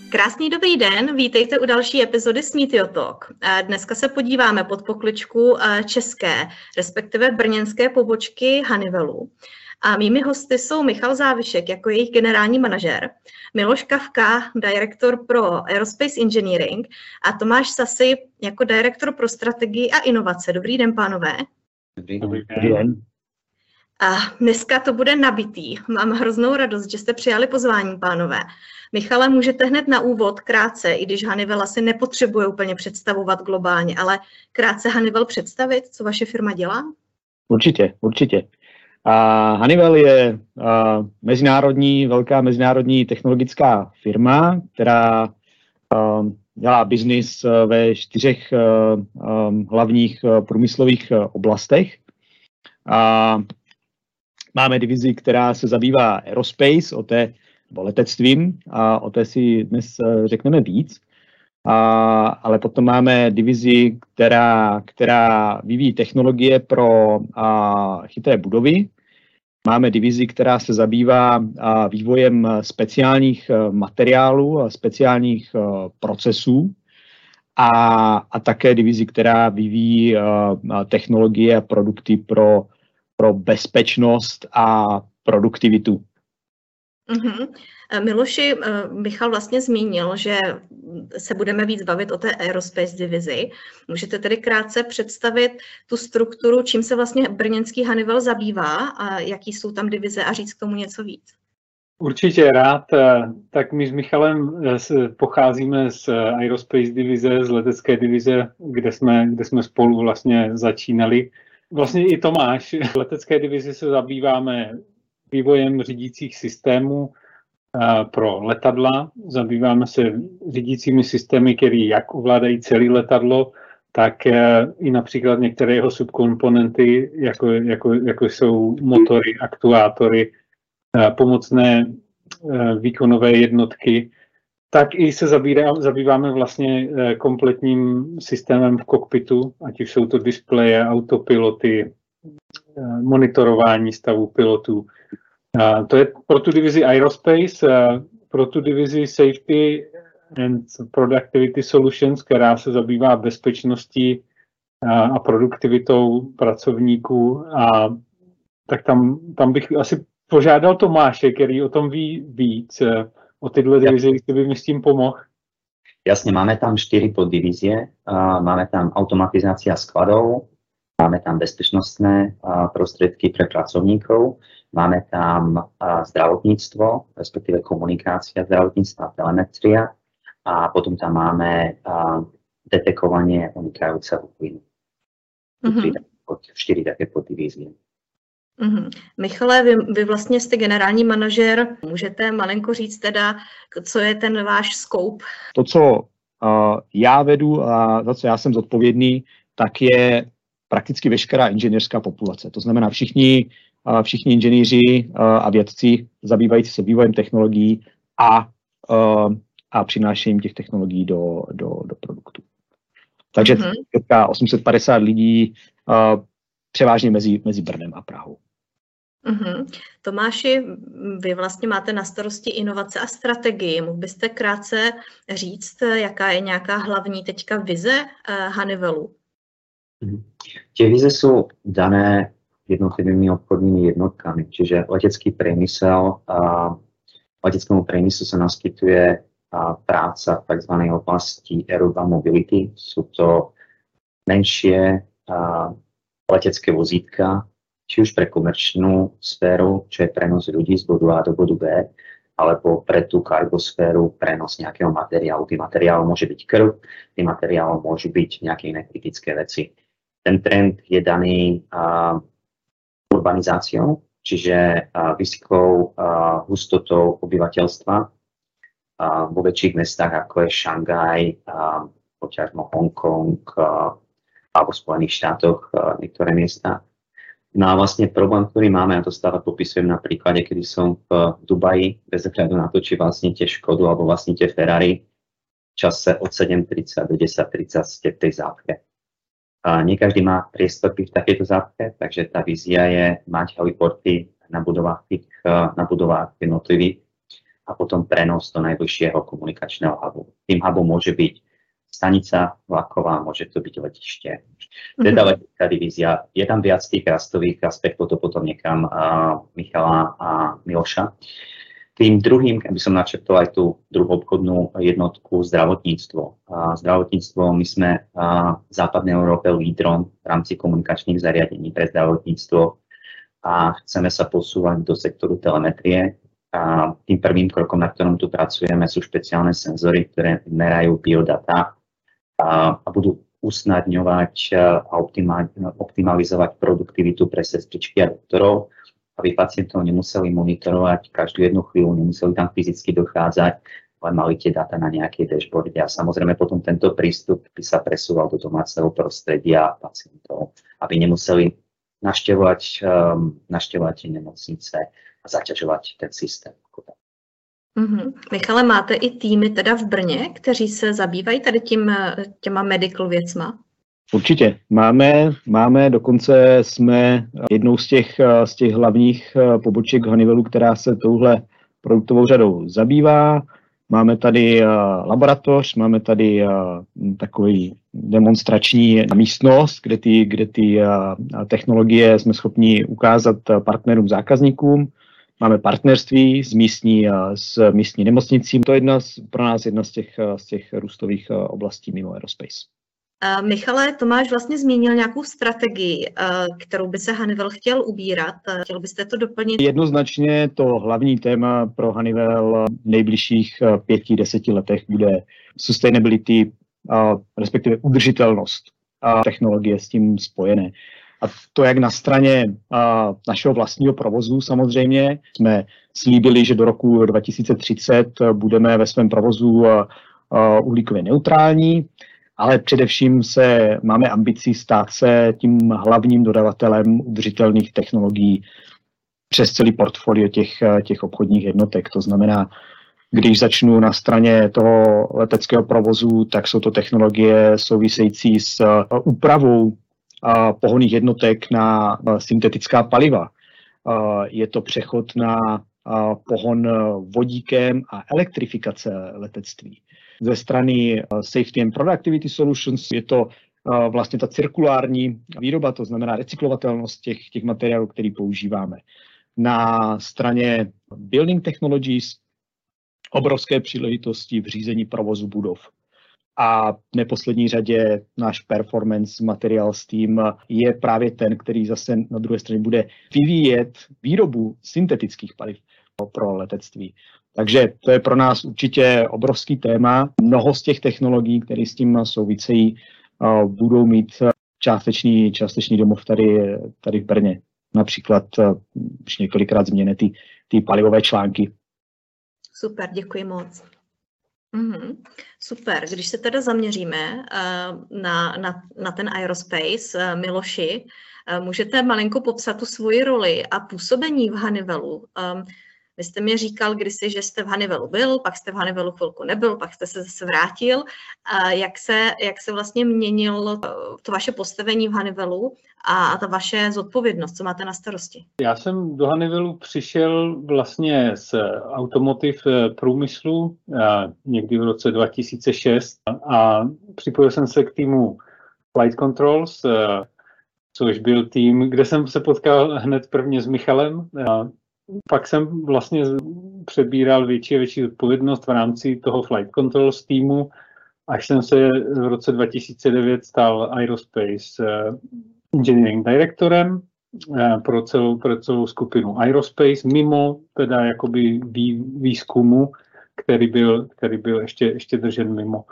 Krásný dobrý den, vítejte u další epizody Smeetio Talk. Dneska se podíváme pod pokličku české, respektive brněnské pobočky Honeywellu. A mými hosty jsou Michal Závišek jako jejich generální manažer, Miloš Kafka, direktor pro Aerospace Engineering a Tomáš Sasi jako direktor pro strategii a inovace. Dobrý den, pánové. Dobrý den. A dneska to bude nabitý. Mám hroznou radost, že jste přijali pozvání, pánové. Michale, můžete hned na úvod krátce, i když Honeywell asi nepotřebuje úplně představovat globálně, ale krátce Honeywell představit, co vaše firma dělá? Určitě. Honeywell je velká mezinárodní technologická firma, která dělá biznis ve 4 hlavních průmyslových oblastech. Máme divizi, která se zabývá aerospace, nebo letectvím, a o té si dnes řekneme víc. Ale potom máme divizi, která vyvíjí technologie pro chytré budovy. Máme divizi, která se zabývá vývojem speciálních materiálů a speciálních procesů. A také divizi, která vyvíjí technologie a produkty pro bezpečnost a produktivitu. Miloši, Michal vlastně zmínil, že se budeme víc bavit o té aerospace divizi. Můžete tedy krátce představit tu strukturu, čím se vlastně brněnský Honeywell zabývá a jaký jsou tam divize a říct k tomu něco víc? Určitě rád. Tak my s Michalem pocházíme z aerospace divize, z letecké divize, kde jsme spolu vlastně začínali. Vlastně i Tomáš. V letecké divizi se zabýváme vývojem řídících systémů pro letadla. Zabýváme se řídícími systémy, které jak ovládají celé letadlo, tak i například některé jeho subkomponenty, jako jsou motory, aktuátory, pomocné výkonové jednotky. Tak i se zabýváme vlastně kompletním systémem v kokpitu, ať už jsou to displeje, autopiloty, monitorování stavu pilotů. To je pro tu divizi Aerospace, pro tu divizi Safety and Productivity Solutions, která se zabývá bezpečností a produktivitou pracovníků. Tak tam bych asi požádal Tomáše, který o tom ví víc, o tyhle divizi, jestli by mi s tím pomohl. Jasne, máme tam 4 poddivízie. Máme tam automatizácia skladov, máme tam bezpečnostné prostriedky pre pracovníkov, máme tam zdravotníctvo, respektíve komunikácia zdravotníctva a telemetria a potom tam máme detekovanie unikajúceho plynu. 4 také poddivízie. Michale, vy vlastně jste generální manažer. Můžete malinko říct teda, co je ten váš scope? To, co já vedu a za co já jsem zodpovědný, tak je prakticky veškerá inženýrská populace. To znamená všichni inženýři a vědci zabývající se vývojem technologií a přinášením těch technologií do produktu. Takže 850 lidí převážně mezi Brnem a Prahou. Tomáši, vy vlastně máte na starosti inovace a strategii. Mohl byste krátce říct, jaká je nějaká hlavní teďka vize Honeywellu? Tie vize sú dané jednotlivými obchodnými jednotkami, čiže leteckému priemyslu sa naskytuje práca v tzv. Oblasti Aero2 Mobility. Sú to menšie letecké vozítka, či už pre komerčnú sféru, čo je prenos ľudí z bodu A do bodu B, alebo pre tú kargosféru prenos nejakého materiálu. Tým materiálom môže byť krv, tým materiálom môžu byť nejaké iné kritické veci. Ten trend je daný urbanizáciou, čiže vysokou hustotou obyvateľstva vo väčších mestách, ako je Šangaj, poťažmo Hongkong alebo v Spojených štátoch niektoré miesta. No a vlastne problém, ktorý máme, a to stále popisujem na príklade, kedy som v Dubaji, bez ohľadu na to, či vlastníte Škodu alebo vlastníte Ferrari, v čase od 7:30 do 10:30 ste v tej zápche. Nie každý má priestor v takejto zápche, takže tá vízia je mať heliporty na budovách jednotlivých a potom prenos do najbližšieho komunikačného hubu. Tým hubom môže byť stanica vlaková, môže to byť letište. Teda letecká divízia. Je tam viac tých rastových aspektov, to potom nechám Michala a Miloša. Tým druhým, aby som načrtol aj tú druhú obchodnú jednotku, zdravotníctvo. Zdravotníctvo, my sme v západnej Európe lídrom v rámci komunikačných zariadení pre zdravotníctvo a chceme sa posúvať do sektoru telemetrie. A tým prvým krokom, na ktorom tu pracujeme, sú špeciálne senzory, ktoré merajú biodata a budú usnadňovať a optimalizovať produktivitu pre sestričky a doktorov, aby pacientov nemuseli monitorovať každú jednu chvíľu, nemuseli tam fyzicky dochádzať, ale mali tie dáta na nejakej dashboarde. A samozrejme potom tento prístup by sa presúval do domáceho prostredia pacientov, aby nemuseli navštevovať nemocnice a zaťažovať ten systém. Michale, máte i týmy teda v Brně, kteří se zabývají tady těma medical věcma? Určitě. Máme, dokonce jsme jednou z těch hlavních poboček Honeywellu, která se touhle produktovou řadou zabývá. Máme tady laboratoř, máme tady takový demonstrační místnost, kde ty technologie jsme schopni ukázat partnerům, zákazníkům. Máme partnerství s místní nemocnicí. To je pro nás jedna z těch růstových oblastí mimo aerospace. Michale, Tomáš vlastně zmínil nějakou strategii, kterou by se Honeywell chtěl ubírat. Chtěl byste to doplnit? Jednoznačně to hlavní téma pro Honeywell v nejbližších 5-10 letech bude sustainability, respektive udržitelnost technologie s tím spojené. A to jak na straně našeho vlastního provozu samozřejmě. Jsme slíbili, že do roku 2030 budeme ve svém provozu uhlíkově neutrální, ale především máme ambici stát se tím hlavním dodavatelem udržitelných technologií přes celý portfolio těch obchodních jednotek. To znamená, když začnu na straně toho leteckého provozu, tak jsou to technologie související s úpravou pohonných jednotek na syntetická paliva. Je to přechod na pohon vodíkem a elektrifikace letectví. Ze strany Safety and Productivity Solutions je to vlastně ta cirkulární výroba, to znamená recyklovatelnost těch materiálů, které používáme. Na straně Building Technologies obrovské příležitosti v řízení provozu budov. A v neposlední řadě náš performance materials team je právě ten, který zase na druhé straně bude vyvíjet výrobu syntetických paliv pro letectví. Takže to je pro nás určitě obrovský téma. Mnoho z těch technologií, které s tím souvisejí, budou mít částečný domov tady v Brně. Například už několikrát změněné ty palivové články. Super, děkuji moc. Super, když se teda zaměříme na ten aerospace, Miloši, můžete malinko popsat tu svoji roli a působení v Honeywellu. Vy jste mi říkal kdysi, že jste v Honeywellu byl, pak jste v Honeywellu chvilku nebyl, pak jste se zase vrátil. Jak se vlastně měnilo to vaše postavení v Honeywellu a ta vaše zodpovědnost, co máte na starosti? Já jsem do Honeywellu přišel vlastně z automotiv průmyslu někdy v roce 2006 a připojil jsem se k týmu Flight Controls, což byl tým, kde jsem se potkal hned prvně s Michalem. Pak jsem vlastně přebíral větší a větší odpovědnost v rámci toho Flight Controls týmu, až jsem se v roce 2009 stal Aerospace Engineering Directorem pro celou skupinu Aerospace, mimo teda jakoby výzkumu, který byl ještě držen mimo.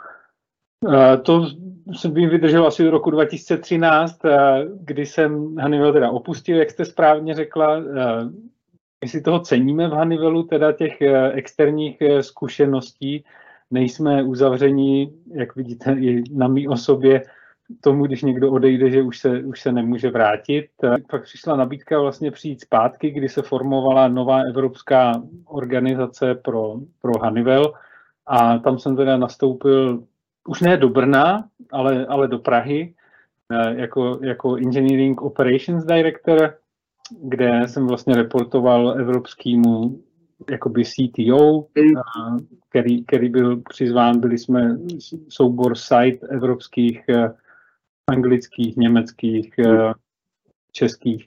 To jsem vydržel asi do roku 2013, kdy jsem Honeywell teda opustil, jak jste správně řekla. My si toho ceníme v Honeywellu, teda těch externích zkušeností. Nejsme uzavření, jak vidíte i na mý osobě, tomu, když někdo odejde, že už se nemůže vrátit. Pak přišla nabídka vlastně přijít zpátky, kdy se formovala nová evropská organizace pro Honeywell a tam jsem teda nastoupil už ne do Brna, ale do Prahy jako Engineering Operations Director, kde jsem vlastně reportoval evropskému jakoby CTO, který byl přizván. Byli jsme soubor site evropských, anglických, německých, českých.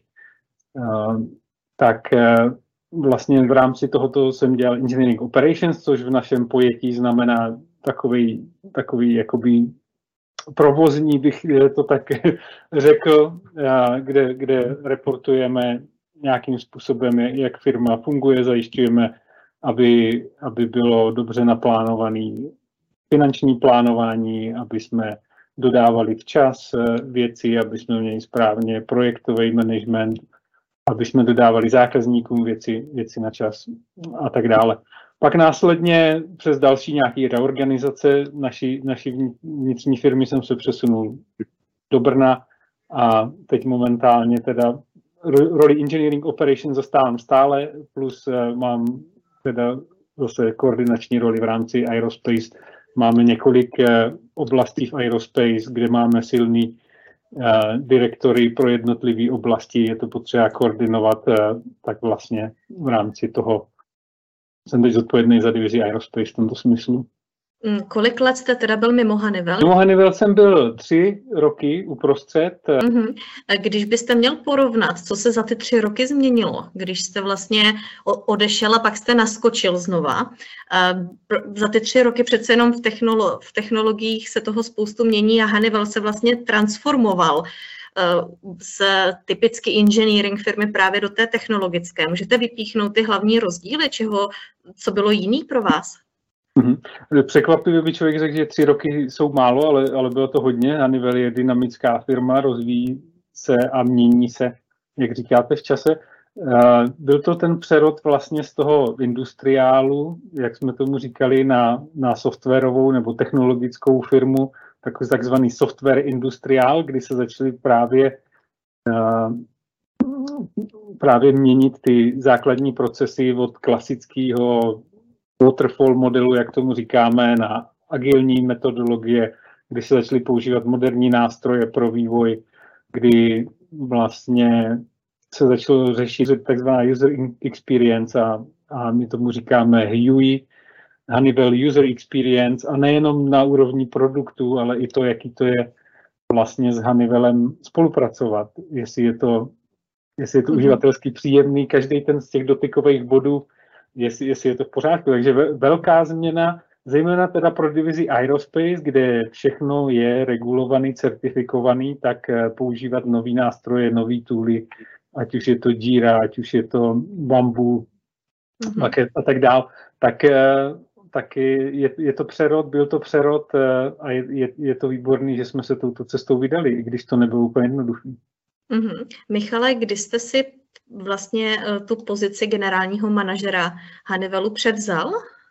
Tak vlastně v rámci tohoto jsem dělal Engineering Operations, což v našem pojetí znamená takový jakoby provozní, bych to tak řekl, kde reportujeme nějakým způsobem, jak firma funguje, zajišťujeme, aby bylo dobře naplánované finanční plánování, aby jsme dodávali včas věci, aby jsme měli správně projektový management, aby jsme dodávali zákazníkům věci na čas a tak dále. Pak následně přes další nějaké reorganizace naší vnitřní firmy jsem se přesunul do Brna a teď momentálně teda roli Engineering Operations zastávám stále, plus mám teda zase koordinační roli v rámci Aerospace. Máme několik oblastí v Aerospace, kde máme silný direktory pro jednotlivé oblasti, je to potřeba koordinovat, tak vlastně v rámci toho jsem teď zodpovědný za divizi Aerospace v tomto smyslu. Kolik let jste teda byl mimo Honeywell? Mimo Honeywell jsem byl 3 roky uprostřed. Když byste měl porovnat, co se za ty 3 roky změnilo, když jste vlastně odešel a pak jste naskočil znova. Za ty 3 roky přece jenom v technologiích se toho spoustu mění a Honeywell se vlastně transformoval z typicky engineering firmy právě do té technologické. Můžete vypíchnout ty hlavní rozdíly, co bylo jiný pro vás? Překvapivě by člověk řekl, že 3 roky jsou málo, ale bylo to hodně. Honeywell je dynamická firma, rozvíjí se a mění se, jak říkáte, v čase. Byl to ten přerod vlastně z toho industriálu, jak jsme tomu říkali, na softwarovou nebo technologickou firmu, takzvaný software industriál, kdy se začaly právě měnit ty základní procesy od klasického waterfall modelu, jak tomu říkáme, na agilní metodologie, kdy se začaly používat moderní nástroje pro vývoj, kdy vlastně se začalo řešit takzvaná user experience a my tomu říkáme HUI, Honeywell User Experience, a nejenom na úrovni produktu, ale i to, jaký to je vlastně s Honeywellem spolupracovat, jestli je to uživatelsky příjemný, každý ten z těch dotykových bodů, jestli je to v pořádku. Takže velká změna, zejména teda pro divizi Aerospace, kde všechno je regulovaný, certifikovaný, tak používat nový nástroje, nový tooly, ať už je to Jira, ať už je to Bamboo a tak dál, tak je to přerod, byl to přerod a je to výborný, že jsme se touto cestou vydali, i když to nebylo úplně jednoduché. Michale, kdy jste si vlastně tu pozici generálního manažera Honeywellu převzal?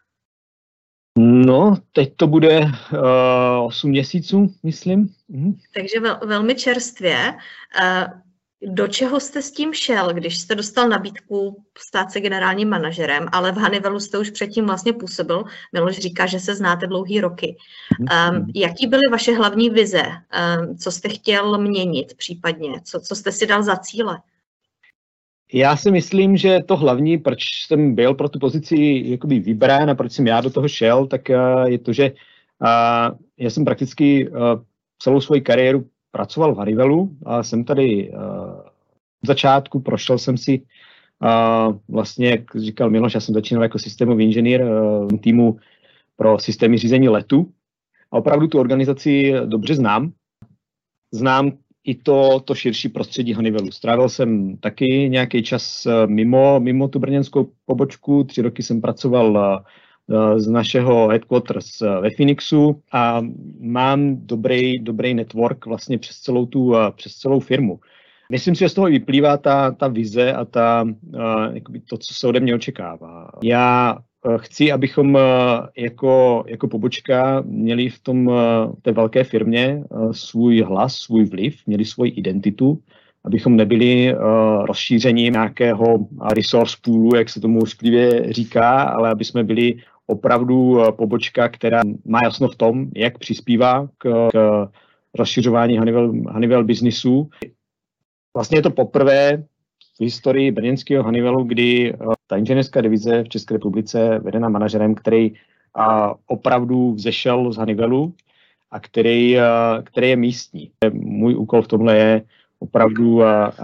No, teď to bude 8 měsíců, myslím. Takže velmi čerstvě. Do čeho jste s tím šel, když jste dostal nabídku stát se generálním manažerem, ale v Honeywellu jste už předtím vlastně působil? Miloš říká, že se znáte dlouhý roky. Jaký byly vaše hlavní vize? Co jste chtěl měnit případně? Co jste si dal za cíle? Já si myslím, že to hlavní, proč jsem byl pro tu pozici jakoby vybrán a proč jsem já do toho šel, tak je to, že já jsem prakticky celou svoji kariéru pracoval v Honeywellu a jsem tady v začátku, prošel jsem si vlastně, jak říkal Miloš, já jsem začínal jako systémový inženýr týmu pro systémy řízení letu a opravdu tu organizaci dobře znám. Znám i to širší prostředí Honeywellu. Strávil jsem taky nějaký čas mimo tu brněnskou pobočku, 3 roky jsem pracoval z našeho headquarters ve Phoenixu a mám dobrý network vlastně přes celou firmu. Myslím si, že z toho vyplývá ta vize a to, co se ode mě očekává. Já chci, abychom jako pobočka měli v té velké firmě svůj hlas, svůj vliv, měli svoji identitu, abychom nebyli rozšířením nějakého resource poolu, jak se tomu úsklivě říká, ale aby jsme byli opravdu pobočka, která má jasno v tom, jak přispívá k rozšiřování Honeywell biznisu. Vlastně je to poprvé, v historii brněnského Honeywellu, kdy ta inženýrská divize v České republice vedená manažerem, který opravdu vzešel z Honeywellu a který je místní. Můj úkol v tomhle je opravdu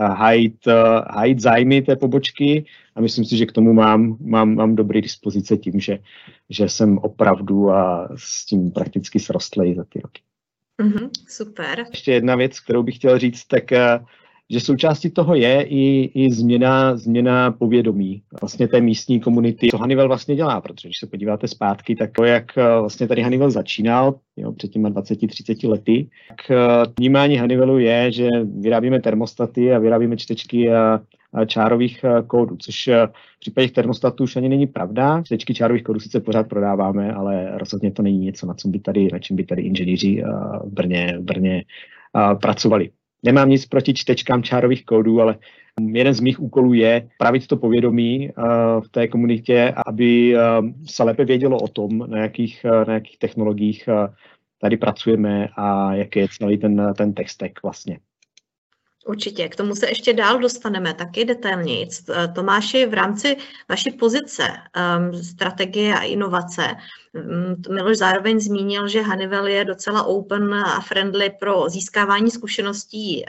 hájit zájmy té pobočky a myslím si, že k tomu mám dobré dispozice tím, že jsem opravdu s tím prakticky srostlej za ty roky. Super. Ještě jedna věc, kterou bych chtěl říct, tak že součástí toho je i změna povědomí vlastně té místní komunity. Co Honeywell vlastně dělá, protože když se podíváte zpátky, tak to, jak vlastně tady Honeywell začínal, před těma 20-30 lety, tak vnímání Honeywellu je, že vyrábíme termostaty a vyrábíme čtečky a čárových kódů, což v případě termostatů už ani není pravda. Čtečky čárových kódů sice pořád prodáváme, ale rozhodně to není něco, na čem by tady inženýři v Brně pracovali. Nemám nic proti čtečkám čárových kódů, ale jeden z mých úkolů je pravit to povědomí v té komunitě, aby se lépe vědělo o tom, na jakých technologiích tady pracujeme a jaký je celý ten tech stack vlastně. Určitě, k tomu se ještě dál dostaneme taky detailněji. Tomáši, v rámci vaší pozice strategie a inovace, Miloš zároveň zmínil, že Honeywell je docela open a friendly pro získávání zkušeností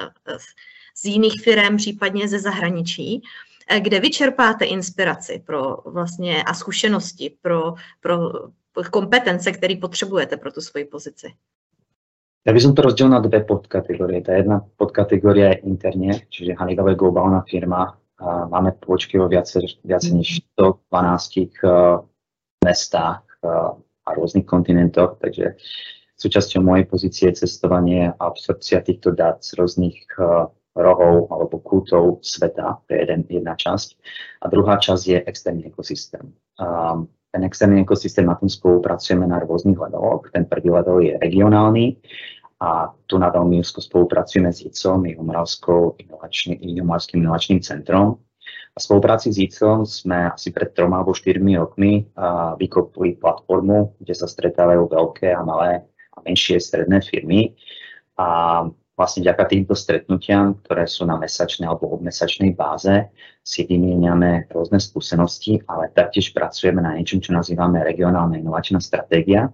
z jiných firm, případně ze zahraničí. Kde vy čerpáte inspiraci pro vlastně a zkušenosti pro kompetence, které potřebujete pro tu svoji pozici? Ja by som to rozdelil na dve podkategórie. Tá jedna podkategória je interne, čiže Honeywell je globálna firma. Máme pobočky vo viacej než 112 mestách a rôznych kontinentoch, takže súčasťou mojej pozície je cestovanie a absorpcia týchto dát z rôznych rohov alebo kútov sveta. To je jedna časť. A druhá časť je externý ekosystém. Ten externý ekosystém, na tom spolupracujeme na rôznych leveloch. Ten prvý level je regionálny a tu na veľmi úzko spolupracujeme s ICOM, Jihomoravským inovačným centrom. A v spolupráci s ICOM sme asi pred 3 alebo 4 rokmi vykopli platformu, kde sa stretávajú veľké a malé a menšie stredné firmy. A vlastne vďaka týmto stretnutiam, ktoré sú na mesačnej alebo obmesačnej báze, si vymieňame rôzne skúsenosti, ale taktiež pracujeme na niečom, čo nazývame regionálna inovačná stratégia.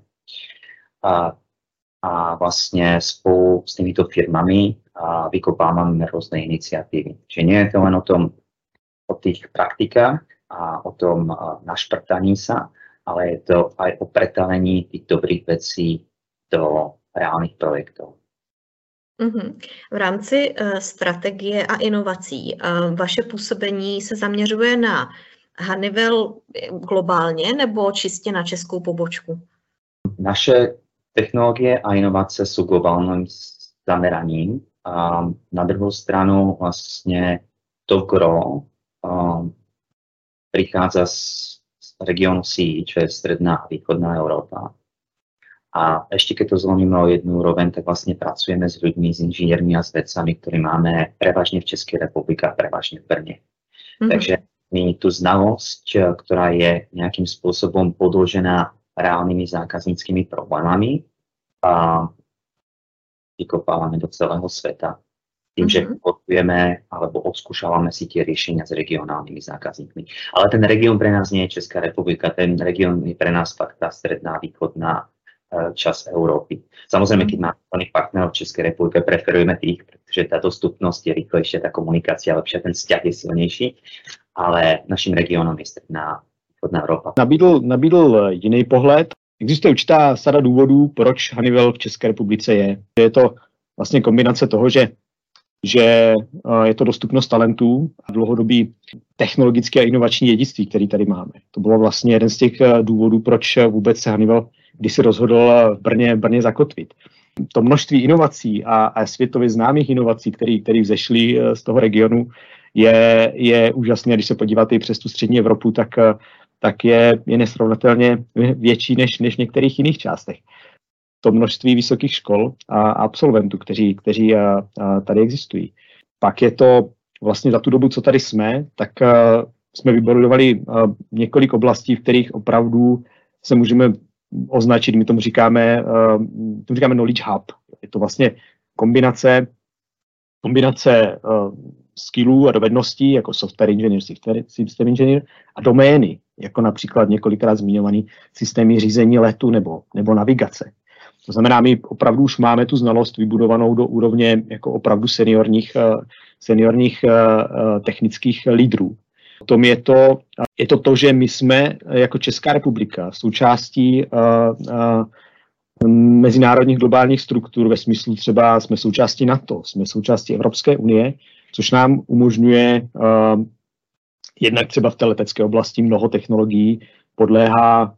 A vlastne spolu s týmito firmami vykopávame rôzne iniciatívy. Čiže nie je to len o tých praktikách a o tom našprtaní sa, ale je to aj o pretavení tých dobrých vecí do reálnych projektov. V rámci strategie a inovací vaše působení se zaměřuje na Honeywell globálně nebo čistě na českou pobočku? Naše technologie a inovace sú globálnym zameraním. A na druhou stranu vlastne to gro prichádza z regiónu CEE, čo je stredná a východná Európa. A ešte keď to zlomíme o jednu úroveň, tak vlastne pracujeme s ľuďmi, s inžiniermi a s vedcami, ktorí máme prevažne v Českej republike a prevažne v Brne. Takže my tú znalosť, ktorá je nejakým spôsobom podložená reálnymi zákazníckými problémami, a vykopávame do celého sveta. Tým, že podpujeme alebo odskúšavame si tie riešenia s regionálnymi zákazníkmi. Ale ten región pre nás nie je Česká republika, ten región je pre nás fakt tá stredná, východná časť Európy. Samozrejme, keď máme plných partnerov v Českej republike, preferujeme tých, pretože tá dostupnosť je rýchlejšia, tá komunikácia lepšia, ten vzťah je silnejší, ale naším regiónom je stredná východná Európa. Nabídl jiný pohled. Existuje určitá sada důvodů, proč Honeywell v České republice je. Je to vlastně kombinace toho, že je to dostupnost talentů a dlouhodobý technologické a inovační dědictví, který tady máme. To bylo vlastně jeden z těch důvodů, proč vůbec se Honeywell když se rozhodl v Brně zakotvit. To množství inovací a světově známých inovací, které vzešly z toho regionu, je úžasné. Když se podíváte i přes tu střední Evropu, tak je nesrovnatelně větší než v některých jiných částech. To množství vysokých škol a absolventů, kteří tady existují. Pak je to vlastně za tu dobu, co tady jsme, tak jsme vybudovali několik oblastí, v kterých opravdu se můžeme označit, my tomu říkáme knowledge hub. Je to vlastně kombinace skillů a dovedností, jako software engineer, system engineer, a domény, jako například několikrát zmiňovaný systémy řízení letu nebo navigace. To znamená, my opravdu už máme tu znalost vybudovanou do úrovně jako opravdu seniorních technických lídrů. Tom je to, že my jsme jako Česká republika součástí mezinárodních globálních struktur, ve smyslu třeba jsme součástí NATO, jsme součástí Evropské unie, což nám umožňuje jednak třeba v té letecké oblasti mnoho technologií podléhá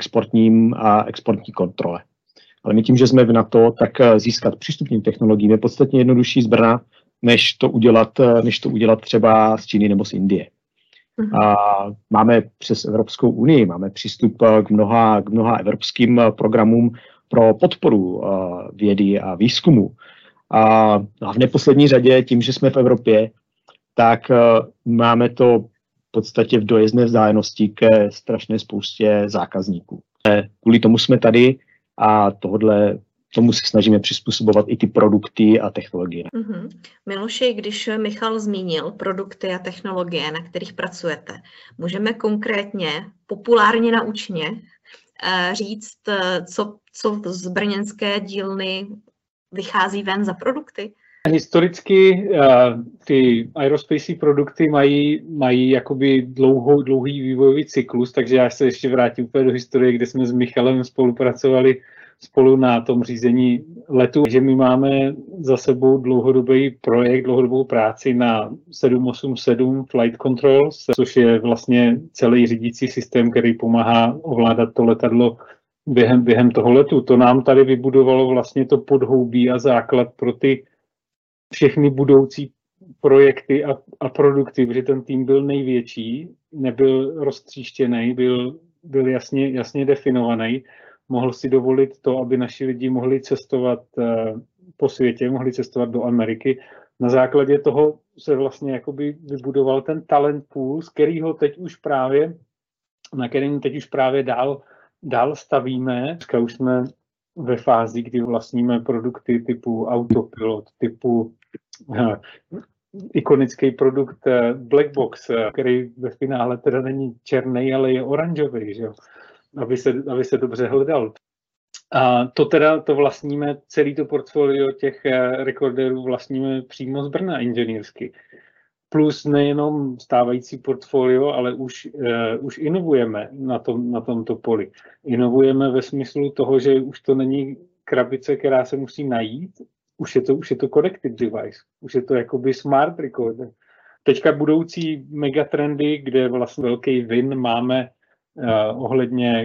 exportní kontrole. Ale my tím, že jsme v NATO, tak získat přístup k technologiím je podstatně jednodušší z Brna, než to udělat třeba z Číny nebo z Indie. A máme přes Evropskou unii, máme přístup k mnoha evropským programům pro podporu vědy a výzkumu. A v neposlední řadě tím, že jsme v Evropě, tak máme to v podstatě v dojezdné vzdálenosti ke strašné spoustě zákazníků. Kvůli tomu jsme tady a tomu se snažíme přizpůsobovat i ty produkty a technologie. Miloši, když Michal zmínil produkty a technologie, na kterých pracujete, můžeme konkrétně, populárně naučně říct, co z brněnské dílny vychází ven za produkty? Historicky ty aerospace produkty mají jakoby dlouhý vývojový cyklus, takže já se ještě vrátím úplně do historie, kde jsme s Michalem spolupracovali spolu na tom řízení letu, že my máme za sebou dlouhodobý projekt, dlouhodobou práci na 787 Flight Controls, což je vlastně celý řídící systém, který pomáhá ovládat to letadlo během toho letu. To nám tady vybudovalo vlastně to podhoubí a základ pro ty všechny budoucí projekty a produkty, protože ten tým byl největší, nebyl roztříštěný, byl jasně definovaný. Mohl si dovolit to, aby naši lidi mohli cestovat po světě, mohli cestovat do Ameriky. Na základě toho se vlastně jakoby vybudoval ten talent pool, na kterým teď už právě dál stavíme. Dneska už jsme ve fázi, kdy vlastníme produkty typu Autopilot, typu ikonický produkt Blackbox, který ve finále teda není černý, ale je oranžový, že jo? Aby se dobře hledal. A to vlastníme, celý to portfolio těch rekordérů vlastníme přímo z Brna inženýrsky. Plus nejenom stávající portfolio, ale už inovujeme na tomto poli. Inovujeme ve smyslu toho, že už to není krabice, která se musí najít, už je to connected device, už je to jakoby smart recorder. Teďka budoucí megatrendy, kde vlastně velký win máme ohledně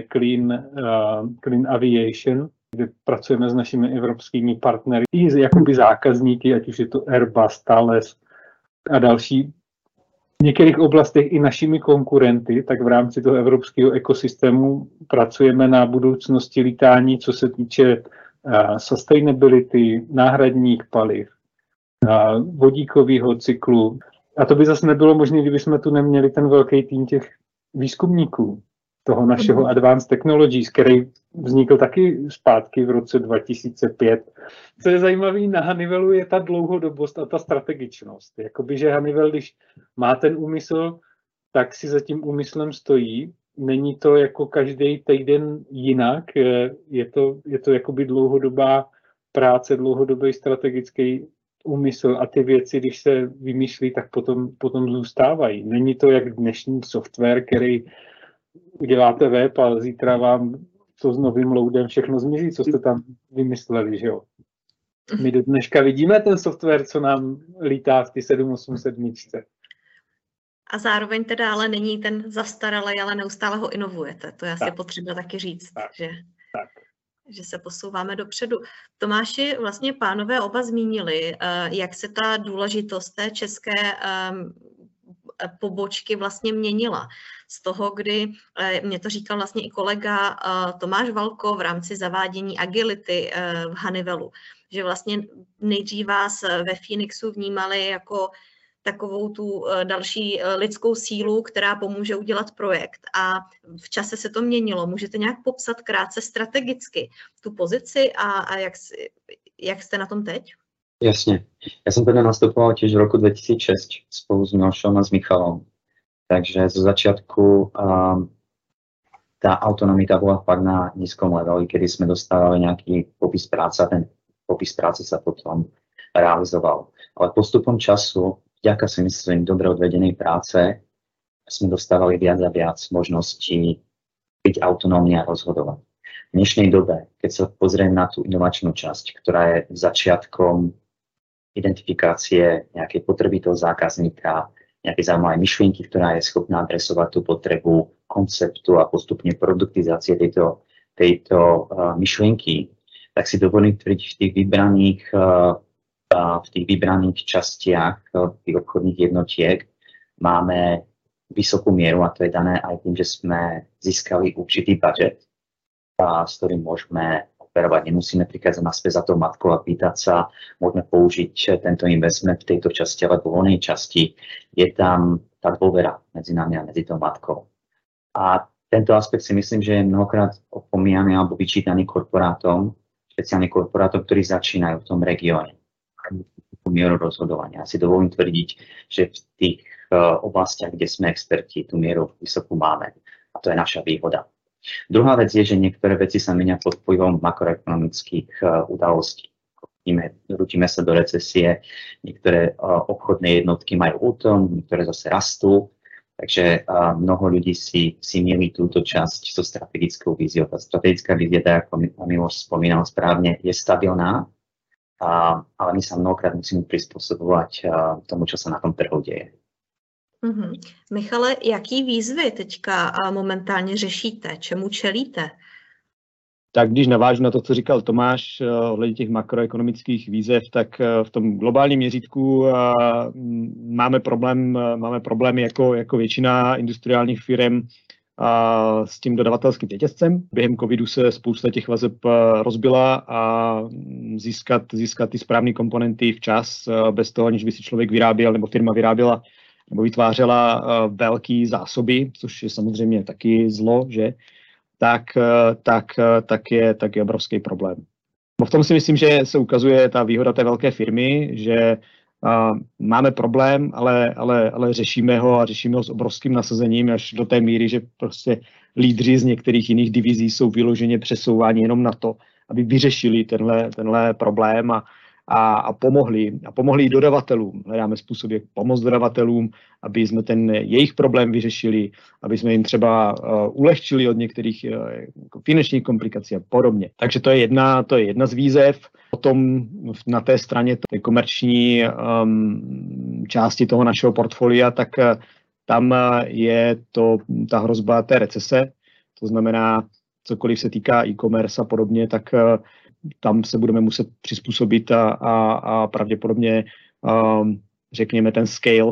clean aviation, kde pracujeme s našimi evropskými partnery i jakoby zákazníky, ať už je to Airbus, Thales a další. V některých oblastech i našimi konkurenty, tak v rámci toho evropského ekosystému pracujeme na budoucnosti lítání, co se týče sustainability, náhradních paliv, vodíkového cyklu. A to by zase nebylo možné, kdyby jsme tu neměli ten velký tým těch výzkumníků, toho našeho Advanced Technologies, který vznikl taky zpátky v roce 2005. Co je zajímavé na Honeywellu, je ta dlouhodobost a ta strategičnost. Jakoby, že Honeywell, když má ten úmysl, tak si za tím úmyslem stojí. Není to jako každý týden jinak, je to jakoby dlouhodobá práce, dlouhodobý strategický úmysl a ty věci, když se vymýšlí, tak potom zůstávají. Není to jak dnešní software, který uděláte web a zítra vám to s novým loadem všechno zmizí, co jste tam vymysleli, že jo. My do dneška vidíme ten software, co nám lítá v ty 787. A zároveň teda ale není ten zastaralý, ale neustále ho inovujete. To je asi potřeba taky říct, že se posouváme dopředu. Tomáši, vlastně pánové oba zmínili, jak se ta důležitost té české pobočky vlastně měnila. Z toho, kdy mě to říkal vlastně i kolega Tomáš Valko v rámci zavádění agility v Honeywellu, že vlastně nejdřív vás ve Phoenixu vnímali jako takovou tu další lidskou sílu, která pomůže udělat projekt. A v čase se to měnilo. Můžete nějak popsat krátce strategicky tu pozici a jak jste na tom teď? Jasne. Ja som teda nastupoval tiež v roku 2006 spolu s Milošom a s Michalom. Takže zo začiatku tá autonomita bola fakt na nízkom leveli, kedy sme dostávali nejaký popis práce a ten popis práce sa potom realizoval. Ale postupom času, vďaka si myslím dobre odvedenej práce, sme dostávali viac a viac možností byť autonómni a rozhodovať. V dnešnej dobe, keď sa pozriem na tú inovačnú časť, ktorá je začiatkom identifikácie nejakej potreby toho zákazníka, nejaké zaujímavé myšlienky, ktorá je schopná adresovať tú potrebu konceptu a postupne produktizácie tejto myšlienky, tak si dovolím tvrdiť v tých vybraných častiach tých obchodných jednotiek máme vysokú mieru, a to je dané aj tým, že sme získali určitý budget, s ktorým môžeme operovať. Nemusíme prichádzať naspäť za tou matkou a pýtať sa, môžeme použiť tento investment v tejto časti alebo v onej časti. Je tam tá dôvera medzi nami a medzi tou matkou. A tento aspekt si myslím, že je mnohokrát opomínaný alebo vyčítaný korporátom, špeciálne korporátom, ktorí začínajú v tom regióne. Mieru rozhodovania. Ja si dovolím tvrdiť, že v tých oblastiach, kde sme experti, tú mieru vysokú máme. A to je naša výhoda. Druhá vec je, že niektoré veci sa menia pod vplyvom makroekonomických udalostí. Rútime sa do recesie, niektoré obchodné jednotky majú útlm, niektoré zase rastú, takže mnoho ľudí si mieli túto časť so strategickou víziou. Tá strategická vízia, tak ako Miloš spomínal správne, je stabilná, ale my sa mnohokrát musíme prispôsobovať tomu, čo sa na tom trhu deje. Michale, jaký výzvy teďka momentálně řešíte? Čemu čelíte? Tak když navážu na to, co říkal Tomáš ohledně těch makroekonomických výzev, tak v tom globálním měřítku máme problém jako většina industriálních firm s tím dodavatelským řetězcem. Během covidu se spousta těch vazeb rozbila a získat ty správné komponenty včas, bez toho, aniž by si člověk vyráběl nebo firma vyráběla nebo vytvářela velký zásoby, což je samozřejmě taky zlo, že? Tak je obrovský problém. V tom si myslím, že se ukazuje ta výhoda té velké firmy, že máme problém, ale řešíme ho s obrovským nasazením až do té míry, že prostě lídři z některých jiných divizí jsou vyloženě přesouváni jenom na to, aby vyřešili tenhle problém a pomohli i dodavatelům. Hledáme způsob, jak pomoct dodavatelům, aby jsme ten jejich problém vyřešili, aby jsme jim třeba ulehčili od některých finančních komplikací a podobně. Takže to je jedna z výzev. Potom na té straně té komerční části toho našeho portfolia, tak tam je ta hrozba té recese. To znamená, cokoliv se týká e-commerce a podobně, tak tam se budeme muset přizpůsobit a pravděpodobně, řekněme, ten scale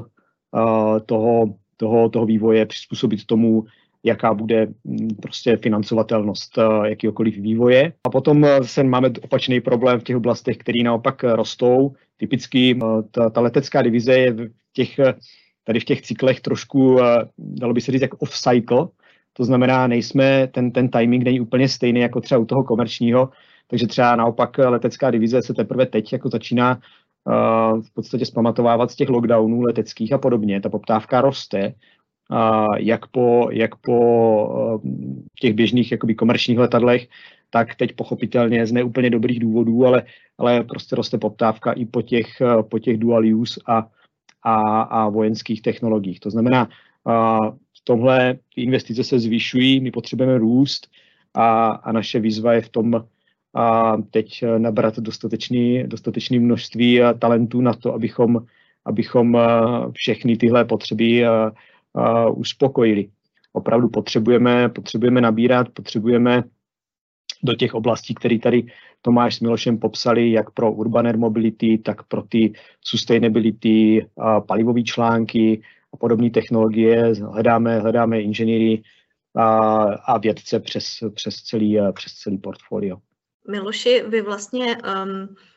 toho vývoje přizpůsobit tomu, jaká bude prostě financovatelnost jakýkoliv vývoje. A potom máme opačný problém v těch oblastech, které naopak rostou. Typicky ta letecká divize je tady v těch cyklech trošku, dalo by se říct, jak off-cycle. To znamená, ten timing není úplně stejný jako třeba u toho komerčního, takže třeba naopak letecká divize se teprve teď jako začíná v podstatě zpamatovávat z těch lockdownů leteckých a podobně. Ta poptávka roste, jak po těch běžných jakoby komerčních letadlech, tak teď pochopitelně z neúplně dobrých důvodů, ale prostě roste poptávka i po těch dual use a vojenských technologiích. To znamená, v tomhle investice se zvyšují, my potřebujeme růst a naše výzva je v tom teď nabrat dostatečné množství talentů na to, abychom všechny tyhle potřeby uspokojili. Opravdu potřebujeme nabírat, potřebujeme do těch oblastí, které tady Tomáš s Milošem popsali, jak pro urban air mobility, tak pro ty sustainability, palivové články a podobné technologie. Hledáme inženýry a vědce přes celý portfolio. Miloši, vy vlastně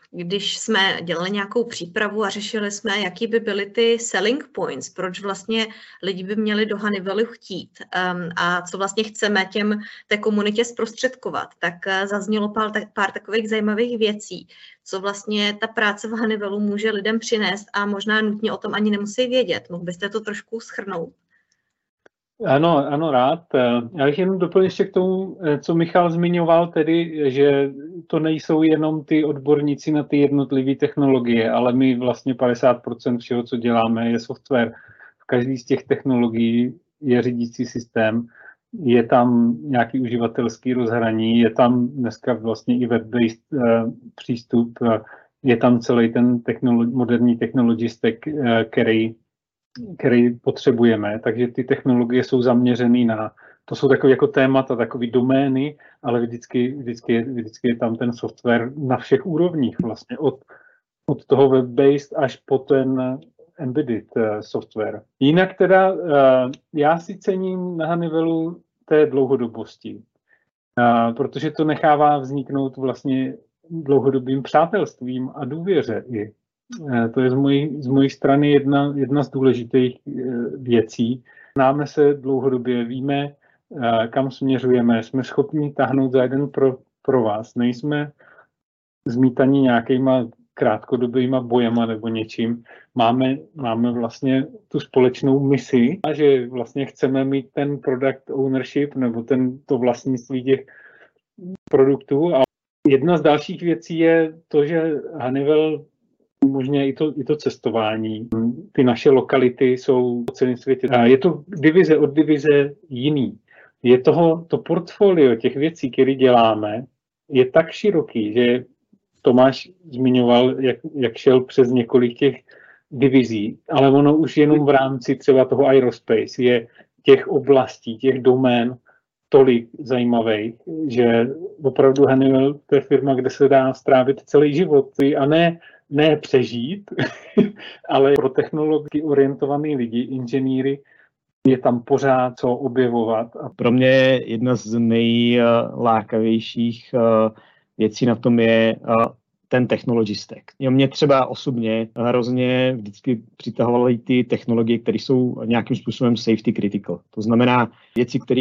když jsme dělali nějakou přípravu a řešili jsme, jaký by byly ty selling points, proč vlastně lidi by měli do Honeywellu chtít a co vlastně chceme té komunitě zprostředkovat, tak zaznělo pár takových zajímavých věcí, co vlastně ta práce v Honeywellu může lidem přinést a možná nutně o tom ani nemusí vědět. Mohl byste to trošku shrnout? Ano, rád. Já bych jenom doplnil ještě k tomu, co Michal zmiňoval, tedy, že to nejsou jenom ty odborníci na ty jednotlivé technologie, ale my vlastně 50% všeho, co děláme, je software. V každý z těch technologií je řídící systém, je tam nějaký uživatelský rozhraní, je tam dneska vlastně i web-based přístup, je tam celý ten moderní technology stack, který potřebujeme, takže ty technologie jsou zaměřený to jsou takové jako témata, takové domény, ale vždycky je tam ten software na všech úrovních vlastně, od toho web-based až po ten embedded software. Jinak teda já si cením na Honeywellu té dlouhodobosti, protože to nechává vzniknout vlastně dlouhodobým přátelstvím a důvěře i. To je z mojí strany jedna z důležitých věcí. Známe se dlouhodobě, víme, kam směřujeme, jsme schopni táhnout za jeden pro vás. Nejsme zmítaní nějakýma krátkodobýma bojema nebo něčím. Máme vlastně tu společnou misi a že vlastně chceme mít ten product ownership nebo to vlastnictví těch produktů. A jedna z dalších věcí je to, že Honeywell možná i to cestování. Ty naše lokality jsou po celém světě. Je to divize od divize jiný. Je to portfolio těch věcí, které děláme, je tak široký, že Tomáš zmiňoval, jak šel přes několik těch divizí, ale ono už jenom v rámci třeba toho aerospace je těch oblastí, těch domén tolik zajímavých, že opravdu Honeywell to je firma, kde se dá strávit celý život a ne přežít, ale pro technologicky orientovaný lidi, inženýry, je tam pořád co objevovat. A pro mě jedna z nejlákavějších věcí na tom je ten technology stack. Mě třeba osobně hrozně vždycky přitahovaly ty technologie, které jsou nějakým způsobem safety critical. To znamená věci, které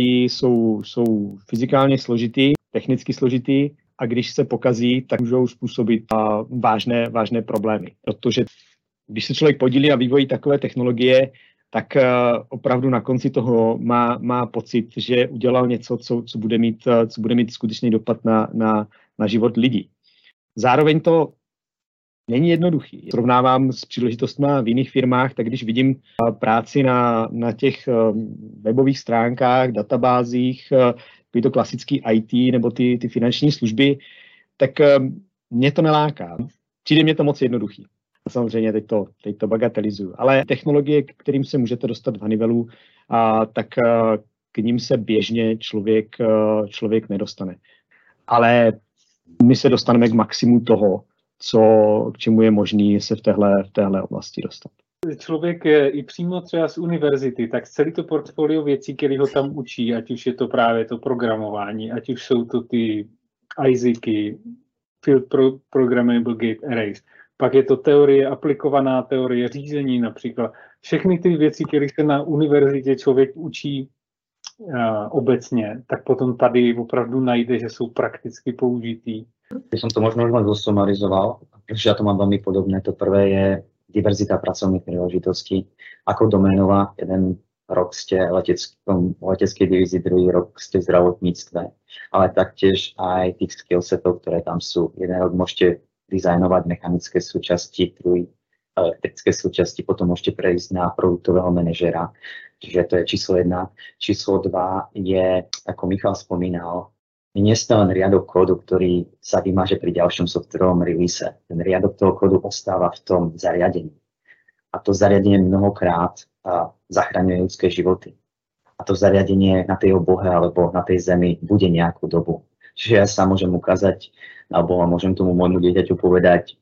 jsou fyzikálně složitý, technicky složitý, a když se pokazí, tak můžou způsobit vážné problémy. Protože když se člověk podílí na vývoji takové technologie, tak opravdu na konci toho má pocit, že udělal něco, co bude mít skutečný dopad na život lidí. Zároveň to není jednoduchý. Srovnávám s příležitostmi v jiných firmách, tak když vidím práci na těch webových stránkách, databázích, je to klasický IT nebo ty finanční služby, tak mě to neláká. Přijde mě to moc jednoduchý. Samozřejmě teď to bagatelizuju. Ale technologie, k kterým se můžete dostat v Honeywellu, tak k ním se běžně člověk nedostane. Ale my se dostaneme k maximu toho, k čemu je možný se v téhle oblasti dostat. Člověk je i přímo třeba z univerzity, tak celý to portfolio věcí, které ho tam učí, ať už je to právě to programování, ať už jsou to ty ISICy, Field Programmable Gate Arrays, pak je to teorie, aplikovaná teorie řízení například. Všechny ty věci, které se na univerzitě člověk učí obecně, tak potom tady opravdu najde, že jsou prakticky použitý. By som to možno zosumarizoval, pretože ja to mám veľmi podobné. To prvé je diverzita pracovných príležitostí. Ako doménová, jeden rok ste v leteckej divízii, druhý rok ste v zdravotníctve, ale taktiež aj tých skillsetov, ktoré tam sú. Jeden rok môžete dizajnovať mechanické súčasti, druhý elektrické súčasti, potom môžete prejsť na produktového manažera. Čiže to je číslo 1. Číslo 2 je, ako Michal spomínal, nie je len riadok kódu, ktorý sa vymaže pri ďalšom softwarovom release. Ten riadok toho kódu ostáva v tom zariadení. A to zariadenie mnohokrát zachraňuje ľudské životy. A to zariadenie na tej obohe alebo na tej zemi bude nejakú dobu. Čiže ja sa môžem ukázať, alebo môžem tomu môjmu dieťaťu povedať,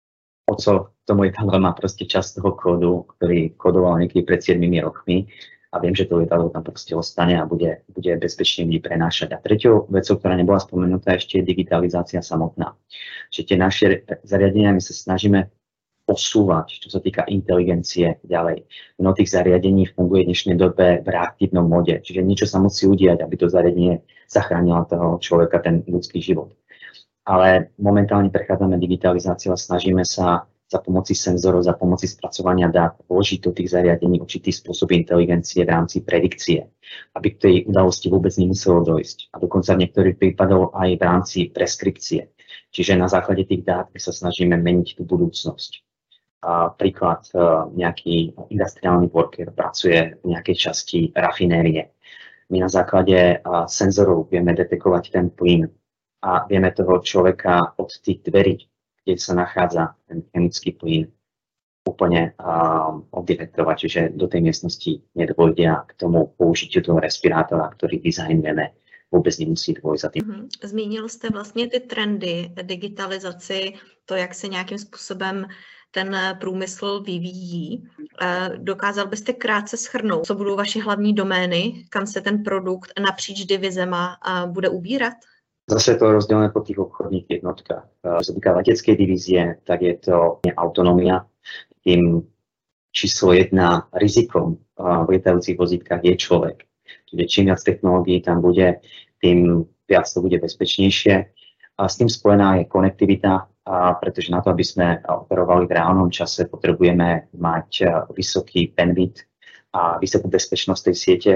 oco, to moje tablet má proste časť toho kódu, ktorý kodoval niekedy pred 7 rokmi a viem, že to lietadlo tam proste ostane a bude bezpečne ľudí prenášať. A treťou vecou, ktorá nebola spomenutá, ešte je digitalizácia samotná. Že tie naše zariadenia my sa snažíme posúvať, čo sa týka inteligencie ďalej. Mnoho tých zariadení funguje v dnešnej dobe v reaktívnom mode, čiže niečo sa musí udiať, aby to zariadenie zachránilo toho človeka, ten ľudský život. Ale momentálne prechádzame digitalizáciu a snažíme sa za pomoci senzorov, za pomoci spracovania dát vložiť do tých zariadení určitý spôsob inteligencie v rámci predikcie, aby k tej udalosti vôbec nemuselo dojsť. A dokonca v niektorých prípadoch aj v rámci preskripcie. Čiže na základe tých dát my sa snažíme meniť tú budúcnosť. Príklad, nejaký industriálny worker pracuje v nejakej časti rafinérie. My na základe senzorov vieme detekovať ten plyn a vieme toho človeka od tých dverí, kde sa nachádza ten chemický plyn, úplne oddefektovať, čiže do tej miestnosti nedôjde a k tomu použitiu toho respirátora, ktorý dizajnujeme, vůbec nemusí dvojít za tím. Zmínil jste vlastně ty trendy, digitalizaci, to, jak se nějakým způsobem ten průmysl vyvíjí. Dokázal byste krátce shrnout, co budou vaše hlavní domény, kam se ten produkt napříč divizema bude ubírat? Zase je to rozdělené po tých obchodních jednotkách. Co se týká letecké divízie, tak je to autonomia. Tým číslo 1 rizikom v lietajúcich vozítkách je človek. Čiže čím viac technológií tam bude, tým viac to bude bezpečnejšie. A s tým spojená je konektivita, pretože na to, aby sme operovali v reálnom čase, potrebujeme mať vysoký bandwidth a vysokú bezpečnosť tej siete.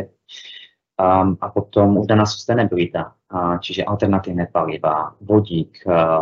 A potom udaná sustainabilita, čiže alternatívne paliva, vodík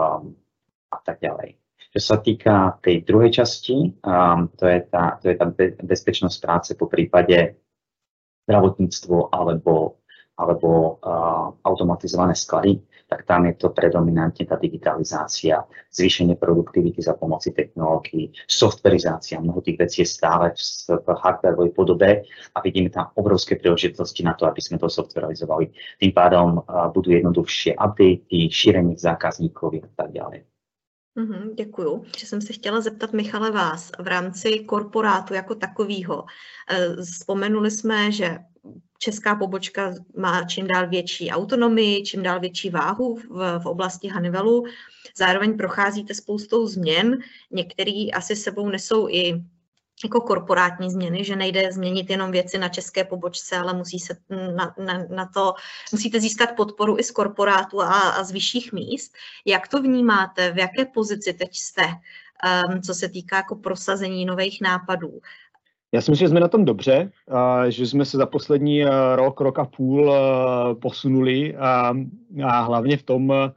a tak ďalej. Čo sa týka tej druhej časti, to je tá bezpečnosť práce po prípade zdravotníctvo alebo automatizované sklady, tak tam je to predominantne tá digitalizácia, zvýšenie produktivity za pomoci technológií, softverizácia. Mnoho tých vecí je stále v hardwareovej podobe a vidíme tam obrovské príležitosti na to, aby sme to softverizovali. Tým pádom budú jednoduchšie updaty, šírenie zákazníkov a tak ďalej. Děkuju. Že jsem se chtěla zeptat, Michale, vás v rámci korporátu jako takového. Vzpomenuli jsme, že česká pobočka má čím dál větší autonomii, čím dál větší váhu v oblasti Honeywellu. Zároveň procházíte spoustou změn, některé asi sebou nesou i jako korporátní změny, že nejde změnit jenom věci na české pobočce, ale musíte získat podporu i z korporátu a z vyšších míst. Jak to vnímáte? V jaké pozici teď jste, co se týká jako prosazení nových nápadů? Já si myslím, že jsme na tom dobře, že jsme se za poslední rok a půl posunuli a hlavně v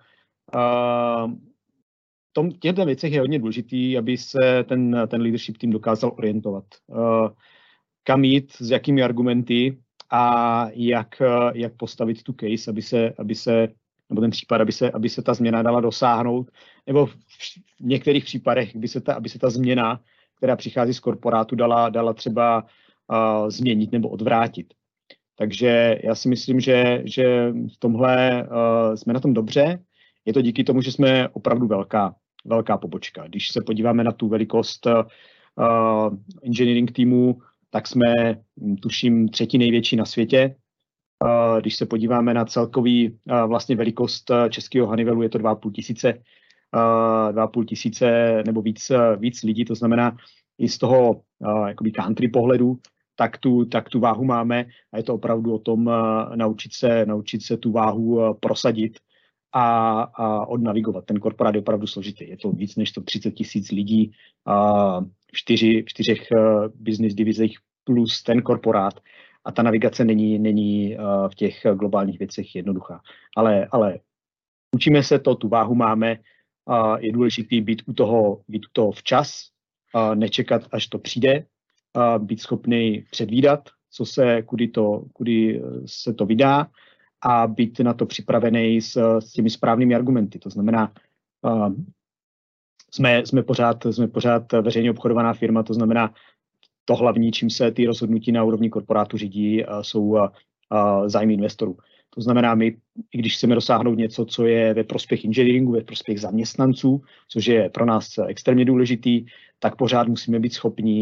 těchto věcech je hodně důležitý, aby se ten leadership tým dokázal orientovat. Kam jít, s jakými argumenty a jak postavit tu case, nebo ten případ, aby se ta změna dala dosáhnout, nebo v některých případech, aby se ta změna, která přichází z korporátu, dala třeba změnit nebo odvrátit. Takže já si myslím, že v tomhle jsme na tom dobře. Je to díky tomu, že jsme opravdu velká pobočka. Když se podíváme na tu velikost engineering týmu, tak jsme, tuším, 3. největší na světě. Když se podíváme na celkový vlastně velikost českého Honeywellu, je to 2,5 tisíce nebo víc lidí, to znamená i z toho jakoby country pohledu, tak tu váhu máme a je to opravdu o tom naučit se tu váhu prosadit a odnavigovat. Ten korporát je opravdu složitý. Je to víc než 130 000 lidí v čtyřech business divizích plus ten korporát a ta navigace není v těch globálních věcech jednoduchá. Ale učíme se to, tu váhu máme, je důležitý být u toho včas, nečekat, až to přijde, být schopný předvídat, kudy se to vydá a být na to připravený s těmi správnými argumenty. To znamená, jsme pořád veřejně obchodovaná firma, to znamená, to hlavní, čím se ty rozhodnutí na úrovni korporátu řídí, jsou zájmy investorů. To znamená, my, i když chceme dosáhnout něco, co je ve prospěch inženýringu, ve prospěch zaměstnanců, což je pro nás extrémně důležitý, tak pořád musíme být schopni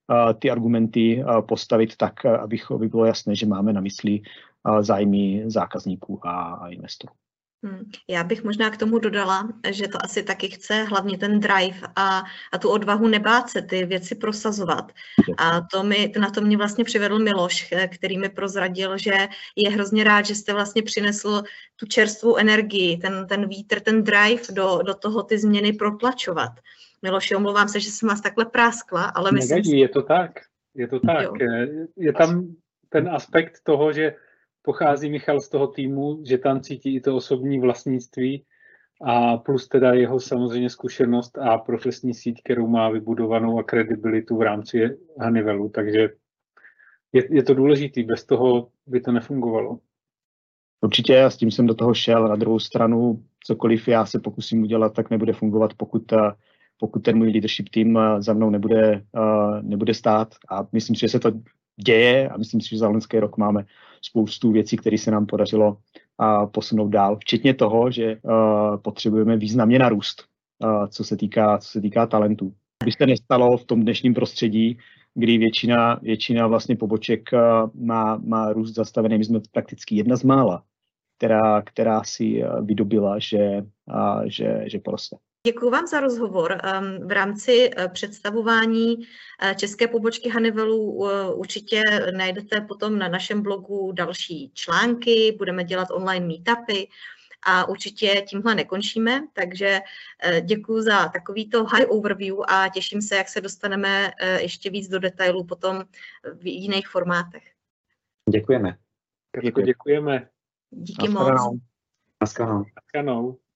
ty argumenty postavit tak, aby bylo jasné, že máme na mysli zájmy zákazníků a investorů. Já bych možná k tomu dodala, že to asi taky chce hlavně ten drive a tu odvahu nebát se ty věci prosazovat. A na to mě vlastně přivedl Miloš, který mi prozradil, že je hrozně rád, že jste vlastně přinesl tu čerstvou energii, ten vítr, ten drive do toho ty změny protlačovat. Miloši, omlouvám se, že jsem vás takhle práskla, ale myslím... Nevadí, je to tak. Jo. Je tam ten aspekt toho, že pochází Michal z toho týmu, že tam cítí i to osobní vlastnictví a plus teda jeho samozřejmě zkušenost a profesní síť, kterou má vybudovanou a kredibilitu v rámci Honeywellu, takže je to důležitý, bez toho by to nefungovalo. Určitě, s tím jsem do toho šel. Na druhou stranu, cokoliv já se pokusím udělat, tak nebude fungovat, pokud ten můj leadership tým za mnou nebude stát. A myslím si, že se to děje a myslím si, že za loňský rok máme spoustu věcí, které se nám podařilo posunout dál, včetně toho, že potřebujeme významně narůst, co se týká talentů. Aby se nestalo v tom dnešním prostředí, kdy většina vlastně poboček má růst zastavený. My jsme prakticky jedna z mála, která si vydobila, že poroste. Děkuji vám za rozhovor. V rámci představování české pobočky Honeywellu určitě najdete potom na našem blogu další články, budeme dělat online meetupy a určitě tímhle nekončíme, takže děkuji za takovýto high overview a těším se, jak se dostaneme ještě víc do detailů potom v jiných formátech. Děkujeme. Děkujeme. Díky moc. Naschledanou.